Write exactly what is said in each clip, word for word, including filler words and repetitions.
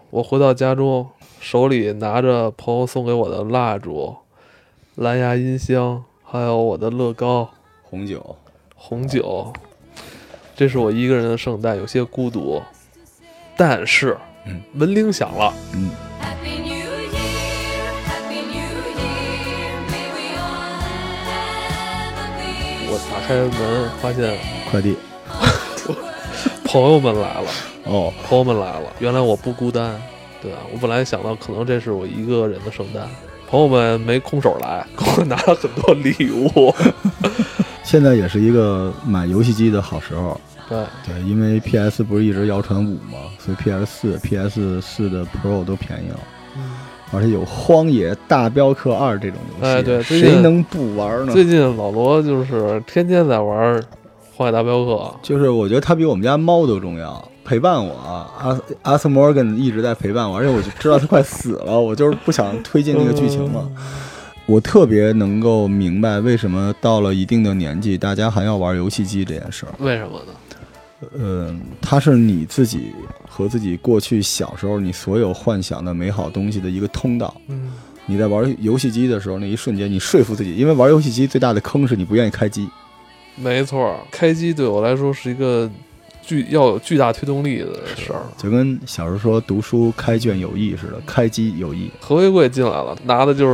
我回到家中，手里拿着朋友送给我的蜡烛、蓝牙音箱，还有我的乐高、 红酒、 红酒。这是我一个人的圣诞，有些孤独。但是， 嗯， 门铃响了， 嗯。 我打开门，发现快递， 朋友们来了。 哦， 朋友们来了，原来我不孤单。对啊，我本来想到可能这是我一个人的圣诞，朋友们没空手来，给我拿了很多礼物。 现在也是一个买游戏机的好时候。 对对，因为 P S 不是一直谣传五嘛，所以 P S 四、P S 四的 Pro 都便宜了。嗯，而且有《荒野大镖客二》这种游戏， 哎，对， 谁能不玩呢？ 最近老罗就是天天在玩《荒野大镖客》， 就是我觉得他比我们家猫都重要，陪伴我。阿阿瑟摩根一直在陪伴我，而且我就知道他快死了，我就是不想推进那个剧情嘛。我特别能够明白为什么到了一定的年纪，大家还要玩游戏机这件事儿。 为什么呢？ 嗯，它是你自己和自己过去小时候你所有幻想的美好东西的一个通道。 嗯， 你在玩游戏机的时候，那一瞬间你说服自己，因为玩游戏机最大的坑是你不愿意开机。 没错，开机对我来说是一个巨要有巨大推动力的事儿， 就跟小时候说读书开卷有益似的，开机有益。 何为贵进来了，拿的就是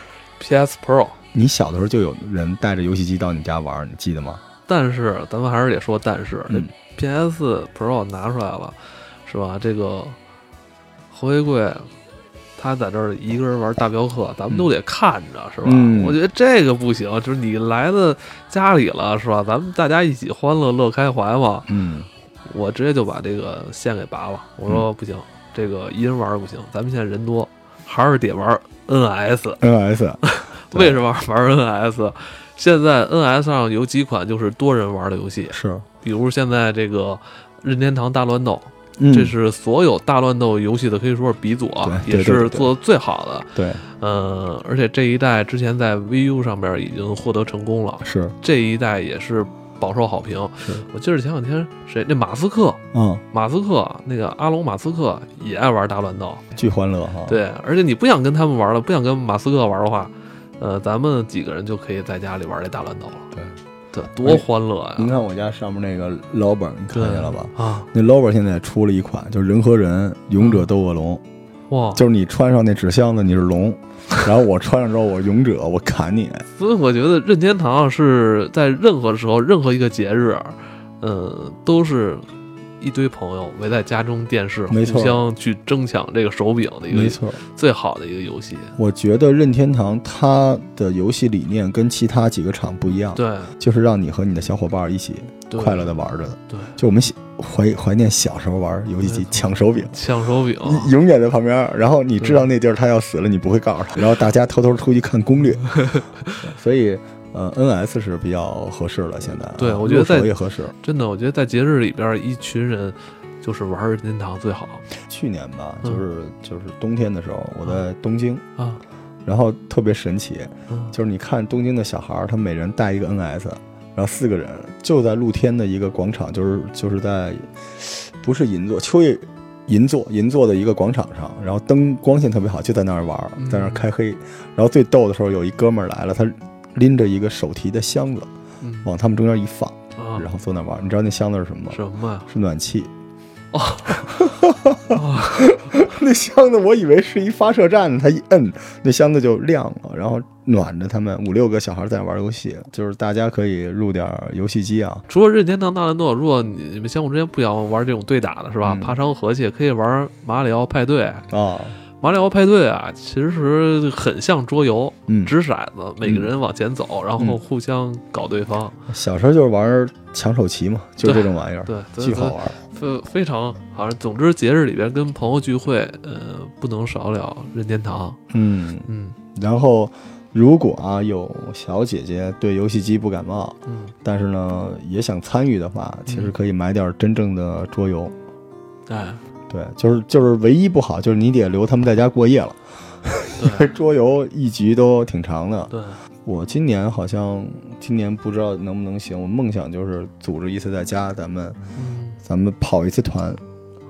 P S Pro。 你小的时候就有人带着游戏机到你家玩，你记得吗？ 但是咱们还是得说，但是、 嗯、 P S Pro 拿出来了，是吧？这个何为贵他在这儿一个人玩大镖客，咱们都得看着，是吧、 嗯、 我觉得这个不行，就是你来的家里了，是吧？咱们大家一起欢乐乐开怀嘛。 嗯， 我直接就把这个线给拔了，我说不行、嗯、这个一人玩不行，咱们现在人多，还是得玩 N S N S 为什么玩 N S？ 现在 N S 上有几款就是多人玩的游戏， 是比如现在这个任天堂大乱斗、 嗯、 这是所有大乱斗游戏的可以说是鼻祖啊，也是做的最好的。 对， 呃，而且这一代之前在 V U 上面已经获得成功了， 是这一代也是饱受好评。 是我记得前两天谁那马斯克， 嗯， 马斯克那个阿隆马斯克也爱玩大乱斗， 巨欢乐哈。 对，而且你不想跟他们玩了，不想跟马斯克玩的话。呃，咱们几个人就可以在家里玩这大乱斗了， 对， 这多欢乐呀！ 您看我家上面那个 Lober， 你看见了吧？ 啊， 那 Lober 现在出了一款，就是人和人勇者斗恶龙， 哇！ 就是你穿上那纸箱子你是龙，然后我穿上之后我勇者，我砍你。 所以我觉得任天堂是在任何时候、任何一个节日，呃，都是一堆朋友围在家中电视，互相去争抢这个手柄的一个， 没错， 最好的一个游戏。 我觉得任天堂它的游戏理念跟其他几个厂不一样， 对， 就是让你和你的小伙伴一起快乐的玩着的。 对， 就我们怀怀念小时候玩游戏机抢手柄， 抢手柄， 你永远在旁边，然后你知道那地儿他要死了，你不会告诉他，然后大家偷偷出去看攻略，所以。呃 ，N S 是比较合适了，现在对，我觉得在也合适。 真的，我觉得在节日里边，一群人就是玩任天堂最好。 去年吧，就是、嗯、就是冬天的时候，我在东京啊， 然后特别神奇、 嗯， 就是你看东京的小孩，他每人带一个 N S， 然后四个人就在露天的一个广场，就是就是在不是银座秋叶银座银座的一个广场上，然后灯光线特别好，就在那儿玩，在那儿开黑、嗯。然后最逗的时候，有一哥们儿来了，他。拎着一个手提的箱子、嗯、往他们中间一放、啊、然后坐那玩。你知道那箱子是什么吗？ 什么呀？ 是暖气。 哦哦、那箱子我以为是一发射站，他一摁那箱子就亮了，然后暖着他们五六个小孩在玩游戏，就是大家可以入点游戏机啊。 除了任天堂大乱斗，如果你们像我之前不想玩这种对打的是吧、嗯、爬山和气，可以玩马里奥派对啊。 马里奥派对啊，其实很像桌游， 嗯， 掷骰子，每个人往前走、嗯，然后互相搞对方。 小时候就是玩抢手棋嘛，就这种玩意儿， 对， 巨好玩， 非非常好。总之，节日里边跟朋友聚会，呃，不能少了任天堂。 嗯嗯。 然后，如果啊有小姐姐对游戏机不感冒， 嗯， 但是呢也想参与的话，其实可以买点真正的桌游。 哎。 对，就是就是唯一不好就是你得留他们在家过夜了，因为桌游一局都挺长的。 对， 我今年好像今年不知道能不能行，我梦想就是组织一次在家，咱们、嗯、咱们跑一次团，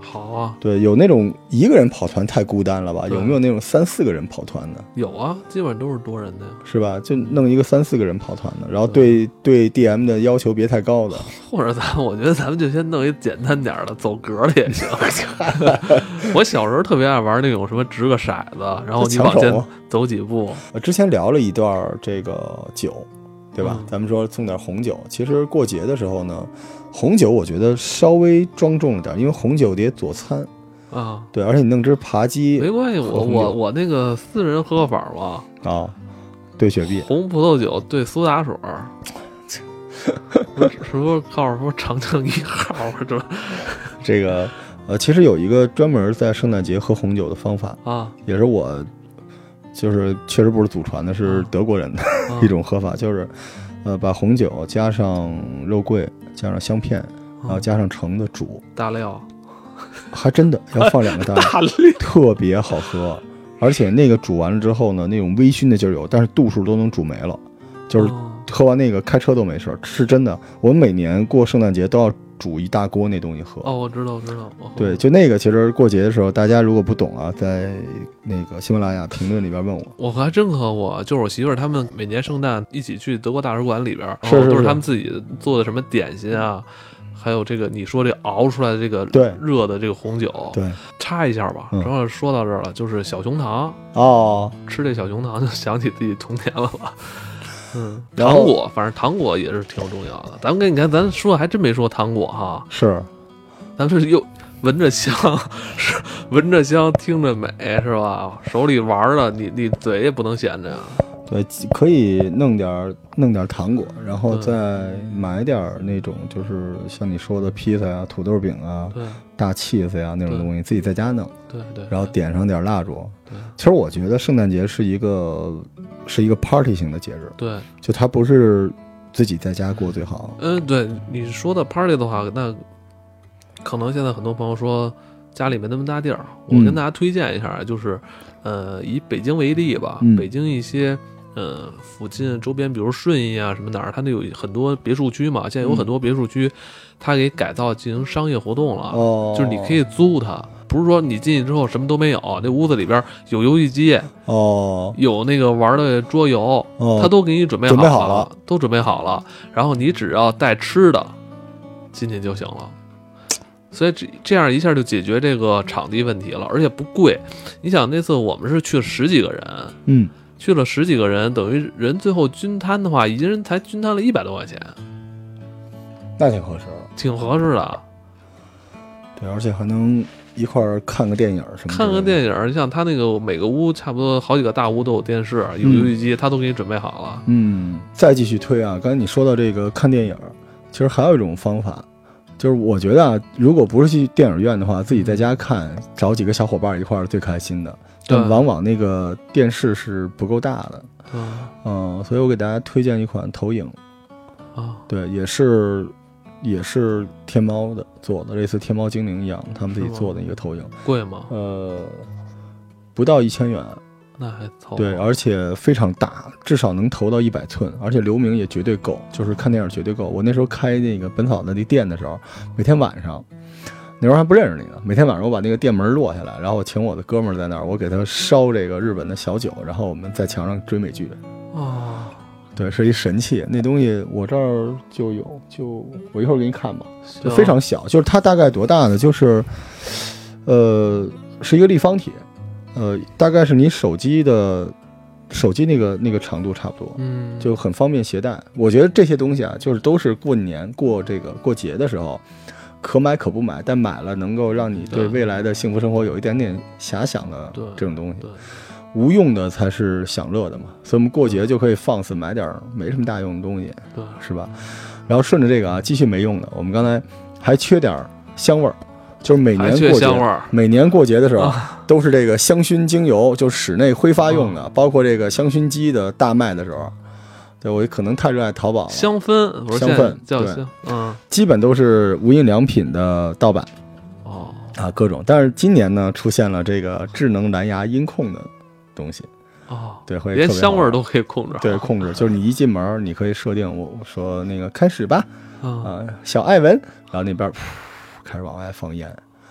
好啊， 对，有那种一个人跑团太孤单了吧？有没有那种三四个人跑团的？ 有啊，基本上都是多人的呀， 是吧？就弄一个三四个人跑团的，然后对对 D M 的要求别太高的， 或者咱我觉得咱们就先弄一简单点的，走格的也行。我小时候特别爱玩那种什么掷个骰子，然后你往前走几步。 我之前聊了一段这个酒，对吧？嗯、咱们说送点红酒，其实过节的时候呢。红酒我觉得稍微庄重了点，因为红酒得佐餐啊， 对，而且你弄只扒鸡没关系，我我我那个私人喝法嘛， 啊，兑雪碧， 红葡萄酒兑苏打水，是不是告诉说长江一号是吧？ 这个呃，其实有一个专门在圣诞节喝红酒的方法啊， 也是我就是确实不是祖传的，是德国人的、啊、一种喝法，就是呃把红酒加上肉桂。加上香片，然后加上橙子煮大料， 还真的要放两个大料， 大料特别好喝。而且那个煮完了之后呢，那种微醺的劲儿有，但是度数都能煮没了，就是喝完那个开车都没事，是真的。我们每年过圣诞节都要煮一大锅那东西喝。 哦，我知道，我知道。 对，就那个，其实过节的时候，大家如果不懂啊，在那个喜马拉雅评论里边问我， 我还真喝过。就是我媳妇儿他们每年圣诞一起去德国大使馆里边， 是是是都是他们自己做的什么点心啊，还有这个你说这熬出来的这个热的这个红酒。 对， 插一下吧，正好说到这儿了，就是小熊糖哦， 吃这小熊糖就想起自己童年了吧。嗯，糖果，反正糖果也是挺重要的。咱们跟你看，咱说还真没说糖果哈。 是， 咱们是又闻着香，是闻着香，听着美，是吧？手里玩的，你你嘴也不能闲着呀。 对，可以弄点弄点糖果，然后再买点那种，就是像你说的披萨呀、土豆饼啊、大 cheese 呀那种东西，自己在家弄。 对 对, 对。 然后点上点蜡烛。 对。 其实我觉得圣诞节是一个是一个 party 型的节日。 对。 就它不是自己在家过最好。 嗯，对，你说的 party 的话，那可能现在很多朋友说家里没那么大地儿，我跟大家推荐一下，就是、嗯、呃，以北京为例吧， 嗯、 北京一些。呃，附近周边，比如顺义啊什么哪儿，它那有很多别墅区嘛。现在有很多别墅区，它给改造进行商业活动了。 哦， 就是你可以租它，不是说你进去之后什么都没有，那屋子里边有游戏机， 哦， 有那个玩的桌游， 哦， 它都给你准备好了， 准备好了， 都准备好了。然后你只要带吃的进去就行了。所以这这样一下就解决这个场地问题了，而且不贵。你想那次我们是去了十几个人， 嗯。 去了十几个人，等于人最后均摊的话，一人才均摊了一百多块钱， 那挺合适的， 挺合适的。 对，而且还能一块儿看个电影什么的。 看个电影，像他那个每个屋差不多好几个大屋都有电视，有游戏机，嗯、他都给你准备好了。 嗯，再继续推啊！刚才你说到这个看电影，其实还有一种方法，就是我觉得啊，如果不是去电影院的话，自己在家看，找几个小伙伴一块儿最开心的。但往往那个电视是不够大的， 嗯、 呃，所以我给大家推荐一款投影， 啊， 对，也是也是天猫的做的，类似天猫精灵一样，他们自己做的一个投影， 贵吗？ 呃，不到一千元， 那还凑。 对，而且非常大，至少能投到一百寸，而且流明也绝对够，就是看电影绝对够。我那时候开那个本草的那店的时候，每天晚上。那时候还不认识你呢，每天晚上我把那个店门落下来，然后我请我的哥们儿在那儿，我给他烧这个日本的小酒，然后我们在墙上追美剧。 哦， 对，是一神器，那东西我这儿就有，就我一会儿给你看吧，就非常小，就是它大概多大呢？就是，呃，是一个立方体，呃，大概是你手机的手机那个那个长度差不多， 嗯， 就很方便携带。我觉得这些东西啊，就是都是过年过这个过节的时候。可买可不买，但买了能够让你对未来的幸福生活有一点点遐想的这种东西，无用的才是享乐的嘛。所以我们过节就可以放肆买点没什么大用的东西， 对， 是吧？然后顺着这个啊，继续没用的，我们刚才还缺点香味儿，就是每年过节，每年过节的时候、啊、都是这个香薰精油，就室内挥发用的，啊、包括这个香薰机的大卖的时候。对，我可能太热爱淘宝了。 香氛， 香氛叫香，嗯， 基本都是无印良品的盗版。 哦， 啊，各种。但是今年呢，出现了这个智能蓝牙音控的东西。 哦， 对，会连香味都可以控制。 对，控制就是你一进门，你可以设定我说那个开始吧， 啊、 呃，小艾文，然后那边噗开始往外放烟。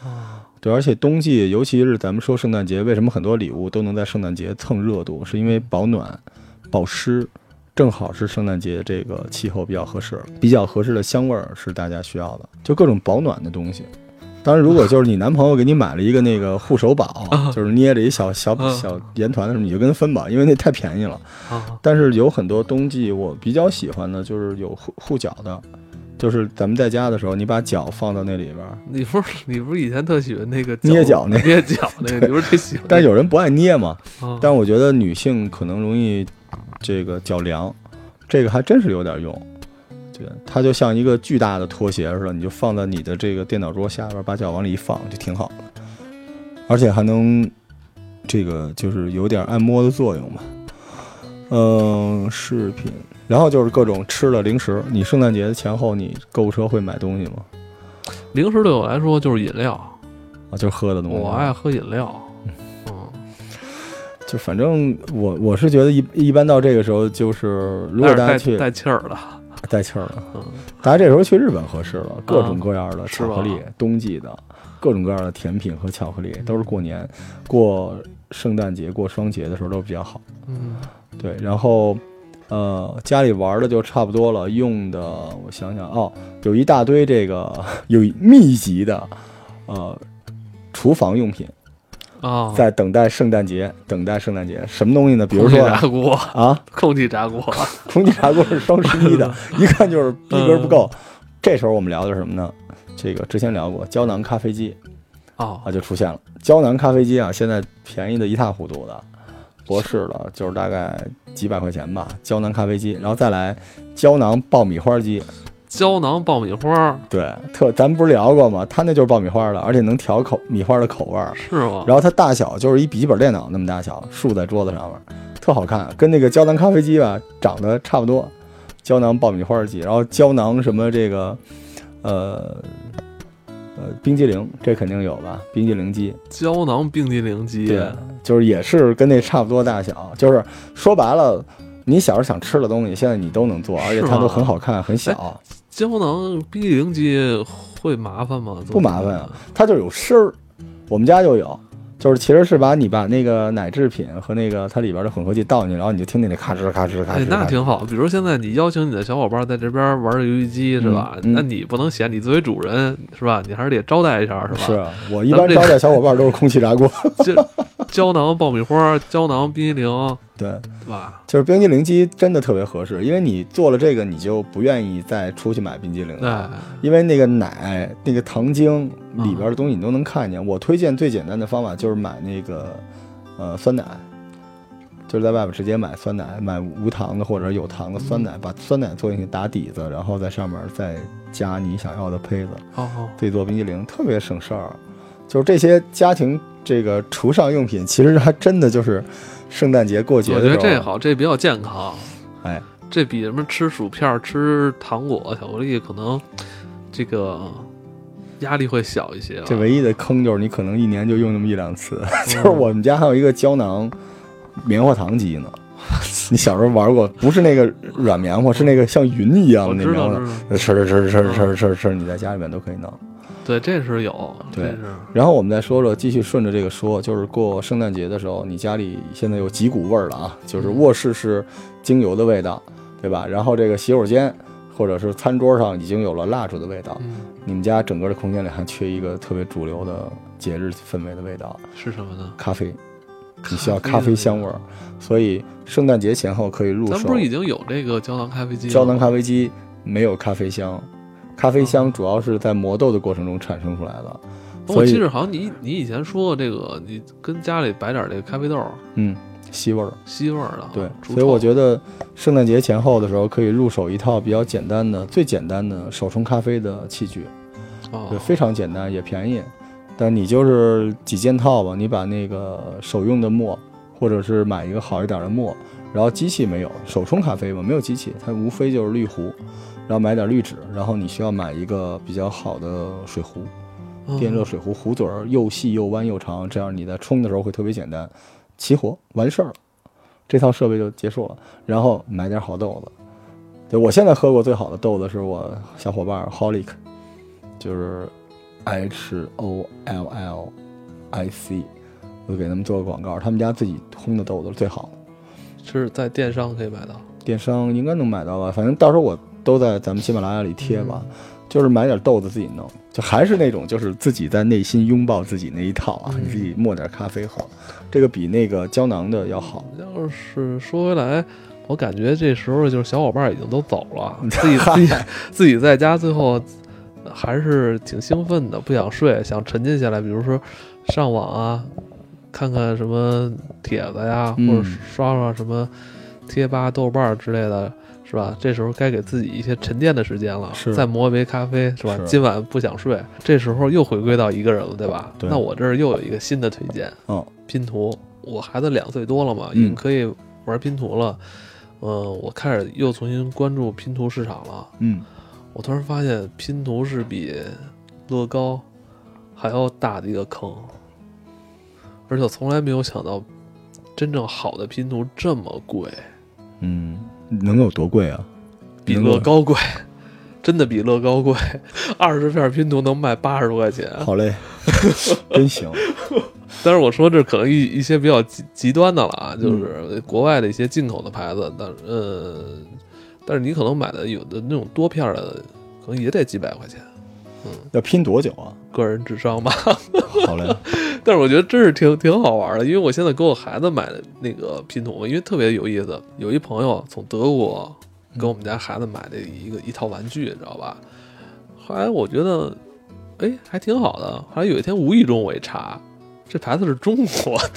对，而且冬季，尤其是咱们说圣诞节，为什么很多礼物都能在圣诞节蹭热度？是因为保暖、保湿，正好是圣诞节这个气候比较合适，比较合适的香味儿是大家需要的，就各种保暖的东西。当然，如果就是你男朋友给你买了一个那个护手宝，就是捏着一小小小盐团的时候，你就跟他分吧，因为那太便宜了。但是有很多冬季我比较喜欢的，就是有护护脚的。就是咱们在家的时候，你把脚放到那里边。 你不是你不是以前特喜欢那个捏脚那捏脚那个，你不是特喜欢？ 但是有人不爱捏嘛。但我觉得女性可能容易这个脚凉，这个还真是有点用。对，它就像一个巨大的拖鞋似的，你就放在你的这个电脑桌下边，把脚往里一放，就挺好的。而且还能这个就是有点按摩的作用嘛。嗯，饰品。然后就是各种吃的零食，你圣诞节前后你购物车会买东西吗？ 零食对我来说就是饮料啊，就是喝的东西。 我爱喝饮料，嗯， 就反正我我是觉得一一般到这个时候，就是如果大家去带气儿了， 带气儿了，嗯，大家这时候去日本合适了，各种各样的巧克力，冬季的各种各样的甜品和巧克力，都是过年、过圣诞节、过双节的时候都比较好。 嗯， 对，然后。呃，家里玩的就差不多了，用的我想想哦，有一大堆这个有密集的呃厨房用品啊、哦， 在等待圣诞节，等待圣诞节什么东西呢？比如说炸锅啊， 空气炸锅， 空气炸锅是双十一的，一看就是逼格不够。嗯、这时候我们聊的是什么呢？这个之前聊过胶囊咖啡机哦啊，就出现了胶囊咖啡机啊，现在便宜的一塌糊涂的。博士的，就是大概几百块钱吧，胶囊咖啡机，然后再来胶囊爆米花机， 胶囊爆米花， 对，特咱们不是聊过吗？它那就是爆米花的，而且能调口米花的口味， 是吗？ 然后它大小就是一笔记本电脑那么大小，竖在桌子上面，特好看，跟那个胶囊咖啡机吧长得差不多。胶囊爆米花机，然后胶囊什么这个，呃。呃，冰激凌这肯定有吧？冰激凌机， 胶囊冰激凌机， 对，就是也是跟那差不多大小。就是说白了，你小时候想吃的东西，现在你都能做，而且它都很好看，很小。 胶囊冰激凌机会麻烦吗？ 不麻烦啊，它就有声儿。我们家就有，就是其实是把你把那个奶制品和那个它里边的混合剂倒进去，然后你就听那那咔吱咔吱咔吱。 哎，那挺好。比如现在你邀请你的小伙伴在这边玩游戏机，是吧？ 嗯嗯、 那你不能嫌，你作为主人是吧？你还是得招待一下，是吧？ 是啊，我一般招待小伙伴都是空气炸锅。 胶囊爆米花、胶囊冰激凌， 对， 对吧？ 就是冰激凌机真的特别合适，因为你做了这个，你就不愿意再出去买冰激凌了，因为那个奶、那个糖精里边的东西你都能看见。嗯、我推荐最简单的方法就是买那个呃酸奶，就是在外边直接买酸奶，买无糖的或者有糖的酸奶，嗯、把酸奶做进去打底子，然后在上面再加你想要的胚子， 哦哦， 自己做冰激凌特别省事儿。就是这些家庭这个厨上用品，其实还真的就是圣诞节过节的时候， 我觉得这好，这比较健康。 哎， 这比什么吃薯片、吃糖果、巧克力可能这个压力会小一些。 这唯一的坑就是你可能一年就用那么一两次。嗯、就是我们家还有一个胶囊棉花糖机呢。你小时候玩过？不是那个软棉花，是那个像云一样的那棉花，吃吃吃吃吃吃吃，你在家里面都可以弄。 对，这是有。 对，然后我们再说说，继续顺着这个说，就是过圣诞节的时候，你家里现在有几股味儿了啊？就是卧室是精油的味道，对吧？然后这个洗手间或者是餐桌上已经有了蜡烛的味道。嗯、你们家整个的空间里还缺一个特别主流的节日氛围的味道， 是什么呢？ 咖啡。你需要咖啡香味儿，所以圣诞节前后可以入手。 咱不是已经有这个胶囊咖啡机？ 胶囊咖啡机没有咖啡香。咖啡香主要是在磨豆的过程中产生出来的。 嗯、我记得好像你你以前说过这个，你跟家里摆点这个咖啡豆， 嗯，吸味儿， 吸味儿的。 对，所以我觉得圣诞节前后的时候可以入手一套比较简单的、最简单的手冲咖啡的器具， 哦， 对，非常简单也便宜。但你就是几件套吧，你把那个手用的磨，或者是买一个好一点的磨，然后机器没有，手冲咖啡嘛，没有机器，它无非就是滤壶。然后买点滤纸，然后你需要买一个比较好的水壶，电热水壶，壶嘴儿又细又弯又长，这样你在冲的时候会特别简单，起火完事儿了，这套设备就结束了。然后买点好豆子，对，我现在喝过最好的豆子是我小伙伴 Holic， 就是 H O L L I C， 我就给他们做个广告，他们家自己烘的豆子是最好的。 是在电商可以买到， 电商应该能买到吧？反正到时候我都在咱们喜马拉雅里贴吧。嗯，就是买点豆子自己弄，就还是那种就是自己在内心拥抱自己那一套啊，你自己磨点咖啡喝，这个比那个胶囊的要好。 要是说回来，我感觉这时候就是小伙伴已经都走了，自己自己自己在家，最后还是挺兴奋的，不想睡，想沉浸下来，比如说上网啊，看看什么帖子呀， 嗯、 或者刷刷什么贴吧、豆瓣之类的。是吧？这时候该给自己一些沉淀的时间了，再磨一杯咖啡，是吧？是今晚不想睡，这时候又回归到一个人了，对吧？ 对。 那我这儿又有一个新的推荐， 哦， 拼图。我孩子两岁多了嘛，已经可以玩拼图了。嗯、呃，我开始又重新关注拼图市场了。 嗯， 我突然发现拼图是比乐高还要大的一个坑，而且我从来没有想到，真正好的拼图这么贵。 嗯。能有多贵啊？ 比乐高贵，真的比乐高贵。二十片拼图能卖八十多块钱。 好嘞，真行。 但是我说这可能一一些比较极极端的了啊，就是国外的一些进口的牌子，但呃，但是你可能买的有的那种多片的，可能也得几百块钱。嗯， 要拼多久啊？ 个人智商吧。 好嘞。 但是我觉得真是挺挺好玩的，因为我现在给我孩子买的那个拼图，因为特别有意思。有一朋友从德国给我们家孩子买的一个一套玩具，你知道吧？后来我觉得，哎，还挺好的。后来有一天无意中我一查，这牌子是中国的。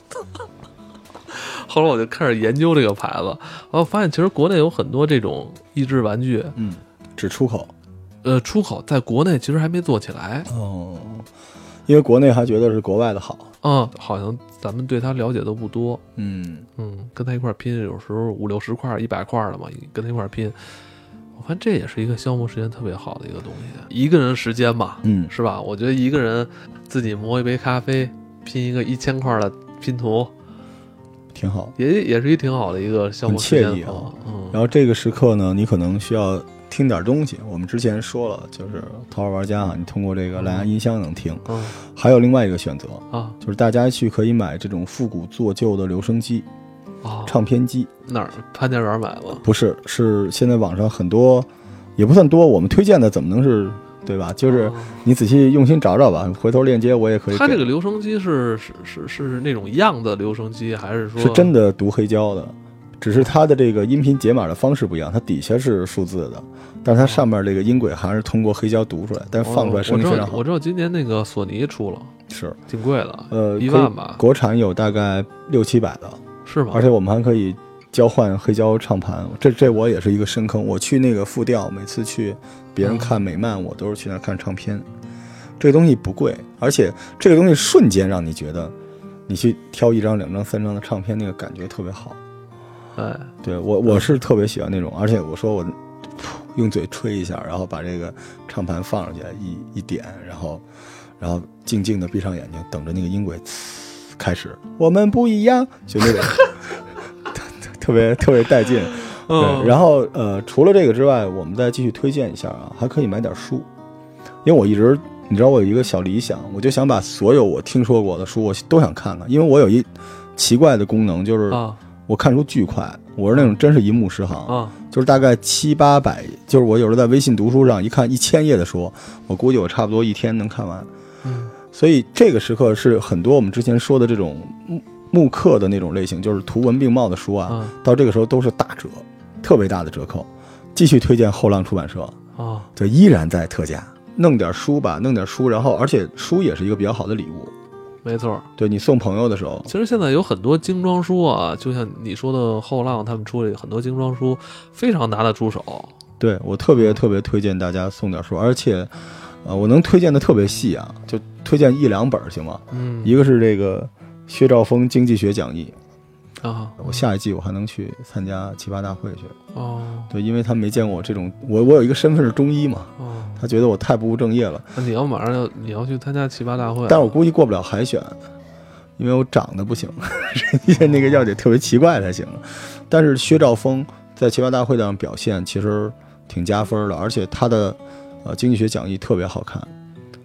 后来我就开始研究这个牌子，然后发现其实国内有很多这种益智玩具， 嗯，只出口， 呃，出口在国内其实还没做起来。 哦。因为国内还觉得是国外的好， 嗯，好像咱们对他了解都不多， 嗯嗯，跟他一块拼，有时候五六十块、一百块的嘛，跟他一块拼，我发现这也是一个消磨时间特别好的一个东西。一个人时间嘛， 嗯， 是吧？我觉得一个人自己磨一杯咖啡，拼一个一千块的拼图， 挺好， 也也是一挺好的一个消磨时间， 很惬意啊。 嗯， 然后这个时刻呢，你可能需要听点东西，我们之前说了，就是头号玩家啊，你通过这个蓝牙音箱能听。 嗯， 还有另外一个选择啊， 就是大家去可以买这种复古做旧的留声机， 啊， 唱片机。 哪儿？潘家园买了？ 不是，是现在网上很多，也不算多，我们推荐的怎么能是对吧？就是你仔细用心找找吧，回头链接我也可以给。 它这个留声机是是是是那种样的留声机，还是说是真的读黑胶的？只是它的这个音频解码的方式不一样，它底下是数字的，但是它上面这个音轨还是通过黑胶读出来，但是放出来声音非常好。 哦、我知道，我知道今年那个索尼出了， 是挺贵的， 呃， 一万吧。 国产有大概六七百的， 是吗？ 而且我们还可以交换黑胶唱盘，这这我也是一个深坑。我去那个复调，每次去别人看美漫，我都是去那看唱片。这个东西不贵，而且这个东西瞬间让你觉得，你去挑一张、两张、三张的唱片，那个感觉特别好。 哎， 对我我是特别喜欢那种，而且我说我用嘴吹一下，然后把这个唱盘放上去，一一点，然后然后静静的闭上眼睛，等着那个音轨开始。我们不一样，就那种特别特别带劲。对，然后呃，除了这个之外，我们再继续推荐一下啊，还可以买点书，因为我一直你知道我有一个小理想，我就想把所有我听说过的书我都想看看，因为我有一奇怪的功能，就是我看书巨快，我是那种真是一目十行啊，就是大概七八百，就是我有时候在微信读书上一看一千页的书，我估计我差不多一天能看完。 嗯， 所以这个时刻是很多我们之前说的这种慕课的那种类型，就是图文并茂的书啊，到这个时候都是打折，特别大的折扣。继续推荐后浪出版社啊，就依然在特价，弄点书吧，弄点书，然后而且书也是一个比较好的礼物。 没错， 对你送朋友的时候， 其实现在有很多精装书啊，就像你说的后浪他们出了很多精装书，非常拿得出手。 对，我特别特别推荐大家送点书，而且，呃，我能推荐的特别细啊，就推荐一两本行吗？ 嗯， 一个是这个薛兆丰经济学讲义啊， 我下一季我还能去参加奇葩大会去哦。 对，因为他没见过我这种，我我有一个身份是中医嘛， 哦， 他觉得我太不务正业了。 那你要马上要你要去参加奇葩大会， 但是我估计过不了海选，因为我长得不行，人家那个要得特别奇怪才行。但是薛兆丰在奇葩大会上表现其实挺加分的，而且他的呃经济学讲义特别好看。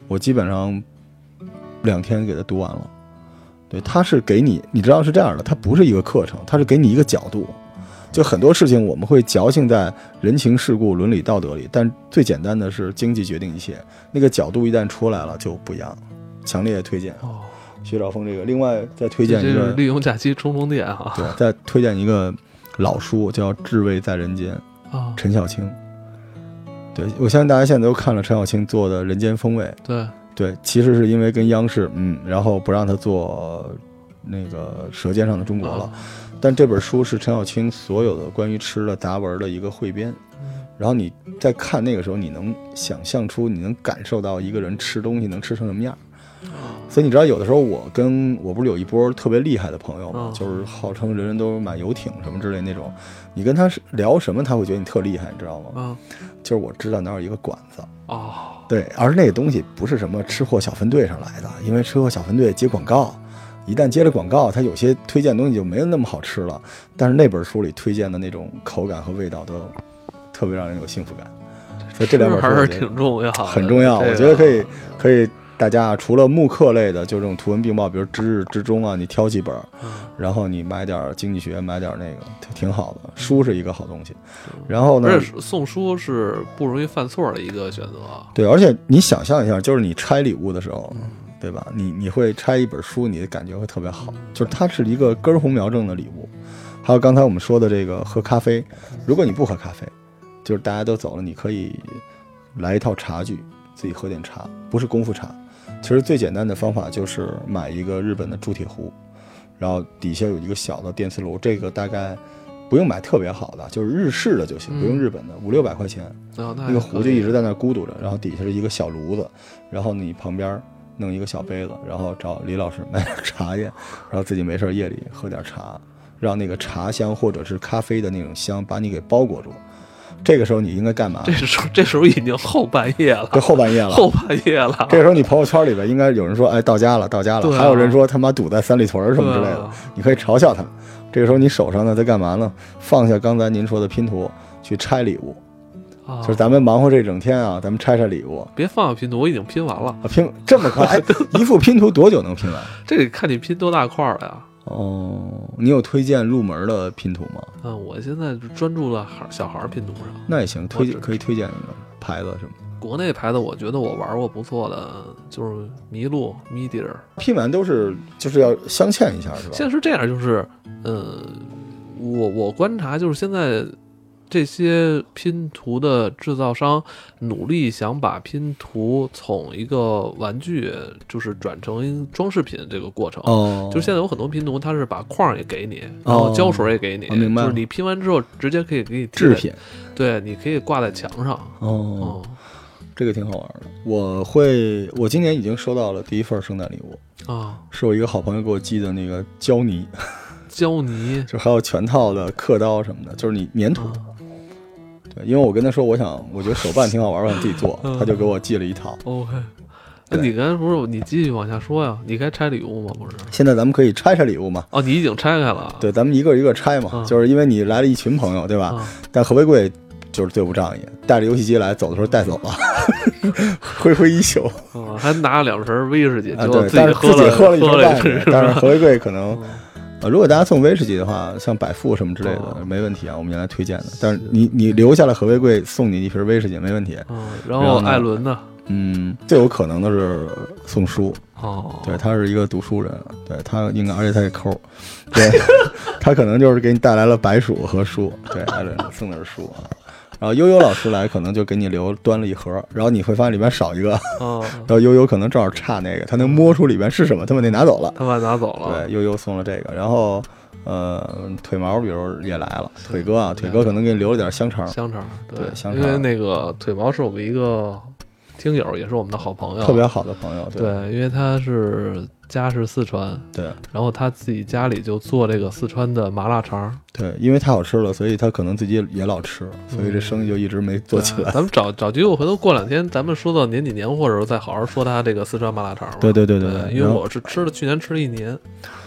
我基本上两天给它读完了。对，它是给你，你知道是这样的，它不是一个课程，它是给你一个角度。就很多事情我们会矫情在人情世故、伦理道德里，但最简单的是经济决定一切。那个角度一旦出来了就不一样，强烈推荐。 哦， 薛兆丰这个，另外再推荐一个， 利用假期充充电啊。 对，再推荐一个老书叫《至味在人间》 啊， 陈小青。对，我相信大家现在都看了陈小青做的《人间风味》。 对对，其实是因为跟央视，嗯，然后不让他做那个《舌尖上的中国》了。啊，但这本书是陈小青所有的关于吃的杂文的一个汇编。然后你在看那个时候，你能想象出，你能感受到一个人吃东西能吃成什么样。所以你知道，有的时候我跟我不是有一波特别厉害的朋友嘛，就是号称人人都买游艇什么之类那种，你跟他聊什么，他会觉得你特厉害，你知道吗？就是我知道哪有一个馆子。哦，对，而那个东西不是什么吃货小分队上来的，因为吃货小分队接广告，一旦接了广告，它有些推荐的东西就没有那么好吃了。但是那本书里推荐的那种口感和味道都特别让人有幸福感，所以这两本书还是挺重要， 很重要。我觉得可以，可以。大家除了木刻类的，就这种图文并茂，比如知日之中啊，你挑几本，然后你买点经济学，买点那个，挺好的。书是一个好东西。然后呢， 而且送书是不容易犯错的一个选择。 对，而且你想象一下，就是你拆礼物的时候，对吧？你你会拆一本书，你的感觉会特别好，就是它是一个根红苗正的礼物。还有刚才我们说的这个喝咖啡，如果你不喝咖啡，就是大家都走了，你可以来一套茶具，自己喝点茶，不是功夫茶。其实最简单的方法就是买一个日本的铸铁壶，然后底下有一个小的电磁炉，这个大概不用买特别好的，就是日式的就行，不用日本的，五六百块钱。 哦， 那个壶就一直在那咕嘟着，然后底下是一个小炉子，然后你旁边弄一个小杯子，然后找李老师买点茶叶，然后自己没事夜里喝点茶，让那个茶香或者是咖啡的那种香把你给包裹住。这个时候你应该干嘛？ 这时候这时候已经后半夜了， 对，后半夜了， 后半夜了。 这个时候你朋友圈里边应该有人说，哎，到家了，到家了。 啊、 还有人说他妈堵在三里屯什么之类的，啊、你可以嘲笑他。这个时候你手上呢在干嘛呢？放下刚才您说的拼图，去拆礼物。啊、就是咱们忙活这整天啊，咱们拆拆礼物。 别放下拼图，我已经拼完了。 啊、拼这么快？哎，一副拼图多久能拼完？ 这得看你拼多大块了呀。 哦，你有推荐入门的拼图吗？ 嗯，我现在专注了小孩拼图上。 那也行，推可以推荐一个牌子什么？ 国内牌子我觉得我玩过不错的，就是麋鹿、米迪尔。 拼完都是就是要镶嵌一下，是吧？ 现在是这样，就是呃，我我观察就是现在这些拼图的制造商努力想把拼图从一个玩具就是转成装饰品这个过程。哦，就现在有很多拼图它是把框也给你，然后胶水也给你， 哦、明白， 就是你拼完之后直接可以给你制品， 对，你可以挂在墙上。 哦，嗯、这个挺好玩的。我会，我今年已经收到了第一份圣诞礼物啊，是我一个好朋友给我寄的那个胶泥， 胶泥就还有全套的刻刀什么的，就是你粘土。啊，对，因为我跟他说，我想，我觉得手办挺好玩，我想自己做，他就给我寄了一套。 OK， 那你刚才不是你继续往下说呀？你该拆礼物吗？不是？ 现在咱们可以拆拆礼物嘛？ 哦，你已经拆开了。 对，咱们一个一个拆嘛，嗯、就是因为你来了一群朋友，对吧？嗯、但何为贵就是最不仗义，带着游戏机来，走的时候带走了，挥挥衣袖。 哦，还拿了两瓶威士忌， 啊，对， 自己喝了，喝了一瓶半。但是何为贵可能。嗯呃，如果大家送威士忌的话，像百富什么之类的，哦、没问题啊，我们原来推荐的。但是你你留下了何为贵，送你一瓶威士忌没问题。 嗯、哦，然后艾伦呢？ 嗯，最有可能的是送书。 哦， 对，他是一个读书人，对他应该，而且他也抠，对他可能就是给你带来了白薯和书。对，艾伦送的是书啊。然后悠悠老师来可能就给你留端了一盒，然后你会发现里边少一个， 哦， 然后悠悠可能正好差那个，他能摸出里边是什么，他把那拿走了， 他把拿走了。 对，悠悠送了这个，然后呃腿毛比如也来了，腿哥啊，腿哥可能给你留了点香肠， 香肠，对， 对香肠， 因为那个腿毛是我们一个听友，也是我们的好朋友， 特别好的朋友，对， 对，因为他是家是四川， 对， 然后他自己家里就做这个四川的麻辣肠， 对，因为太好吃了，所以他可能自己也老吃，所以这生意就一直没做起来。 咱们找找机会，回头过两天咱们说到年底年货的时候，再好好说他这个四川麻辣肠吧。 对对对对对，因为我是吃了，去年吃了一年。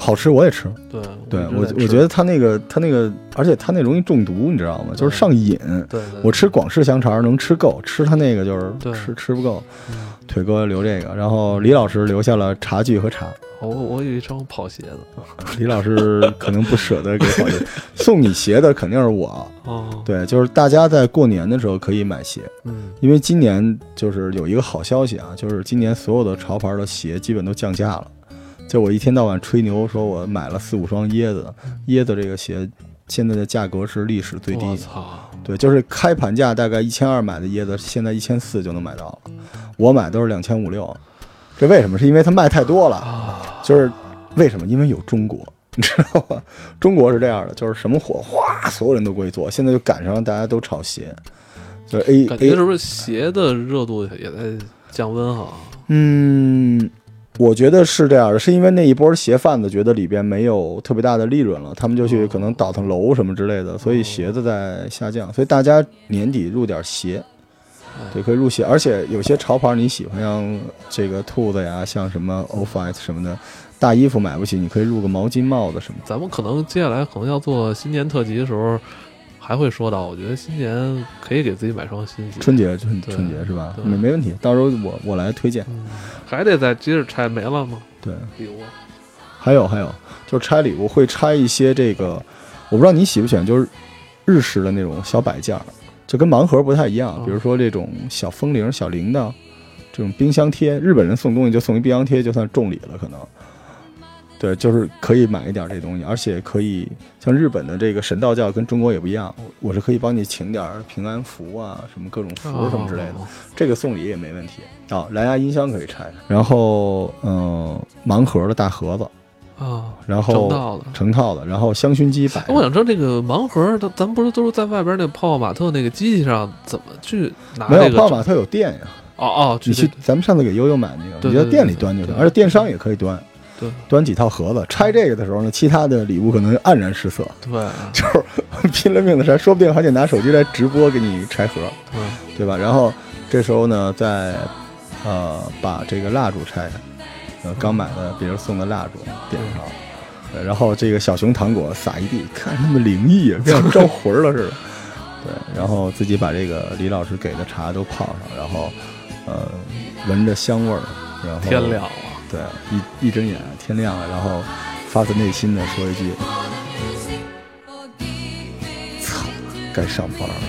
好吃，我也吃。 对对我我觉得它那个它那个，而且它那容易中毒，你知道吗？就是上瘾。 对， 我吃广式香肠能吃够，吃它那个就是吃吃不够。 嗯， 腿哥留这个，然后李老师留下了茶具和茶。 我我有一双跑鞋子， 李老师可能不舍得给跑鞋，送你鞋的肯定是我。 哦， 对，就是大家在过年的时候可以买鞋， 嗯， 因为今年就是有一个好消息啊，就是今年所有的潮牌的鞋基本都降价了。就我一天到晚吹牛说我买了四五双椰子，椰子这个鞋现在的价格是历史最低。 我操！ 对，就是开盘价大概一千二买的椰子，现在一千四就能买到了。我买都是两千五六，这为什么？是因为它卖太多了。就是为什么？因为有中国，你知道吧？中国是这样的，就是什么火，哗，所有人都过去做。现在就赶上大家都炒鞋，就是 A， 感觉是不是鞋的热度也在降温哈？ 嗯。我觉得是这样的，是因为那一波鞋贩子觉得里边没有特别大的利润了，他们就去可能倒腾楼什么之类的，所以鞋子在下降，所以大家年底入点鞋，对，可以入鞋，而且有些潮牌你喜欢，像这个兔子呀，像什么 Off-White 什么的，大衣服买不起，你可以入个毛巾、帽子什么的。 咱们可能接下来可能要做新年特辑的时候，还会说到，我觉得新年可以给自己买双新鞋。 春节春春节是吧？没没问题，到时候我我来推荐。 嗯，还得再接着拆，没了吗？ 对， 礼物。 还有还有，就是拆礼物会拆一些这个，我不知道你喜不喜欢，就是日式的那种小摆件，就跟盲盒不太一样。比如说这种小风铃、小铃铛，这种冰箱贴，日本人送东西就送一冰箱贴，就算重礼了，可能。对，就是可以买一点这东西，而且可以像日本的这个神道教跟中国也不一样，我是可以帮你请点平安符啊，什么各种符什么之类的，哦、这个送礼也没问题啊、哦。蓝牙音箱可以拆，然后嗯、呃，盲盒的大盒子啊、哦， 然后成套的， 成套的，然后香薰机摆。 我想知道这个盲盒，咱不是都是在外边那泡泡玛特那个机器上怎么去拿、这个？ 没有泡泡玛特有店呀。 哦哦， 你去咱们上次给悠悠买那个，你在店里端就行，而且电商也可以端。 对， 端几套盒子，拆这个的时候呢，其他的礼物可能黯然失色。 对， 就是拼了命的拆，说不定还得拿手机来直播给你拆盒， 对， 对吧？然后这时候呢，再呃把这个蜡烛拆开，呃刚买的别人送的蜡烛点上，对，然后这个小熊糖果撒一地，看那么灵异啊，跟招魂了似的。对，然后自己把这个李老师给的茶都泡上，然后呃闻着香味儿，然后天亮了。 对，一一睁眼天亮了，然后发自内心的说一句：“操，该上班了。”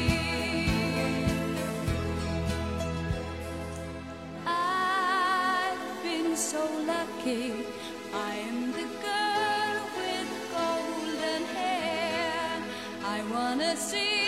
I've been so lucky. I am the girl with golden hair. I wanna see